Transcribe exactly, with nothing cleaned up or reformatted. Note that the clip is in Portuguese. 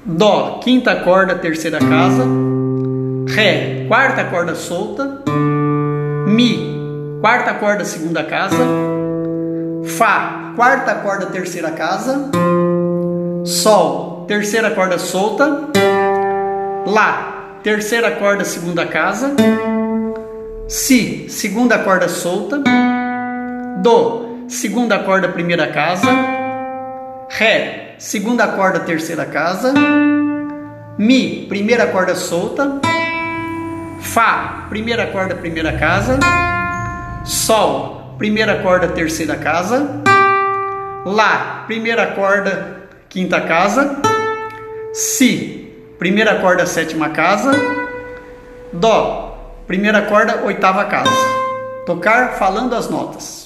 Dó, quinta corda, terceira casa. Ré, quarta corda solta. Mi, quarta corda, segunda casa. Fá, quarta corda, terceira casa. Sol, terceira corda solta. Lá, terceira corda, segunda casa. Si, segunda corda solta. Dó, segunda corda, primeira casa. Ré, segunda corda, terceira casa. Mi, primeira corda solta. Fá, primeira corda, primeira casa. Sol, primeira corda, terceira casa. Lá, primeira corda, quinta casa. Si, primeira corda, sétima casa. Dó, primeira corda, oitava casa. Tocar falando as notas.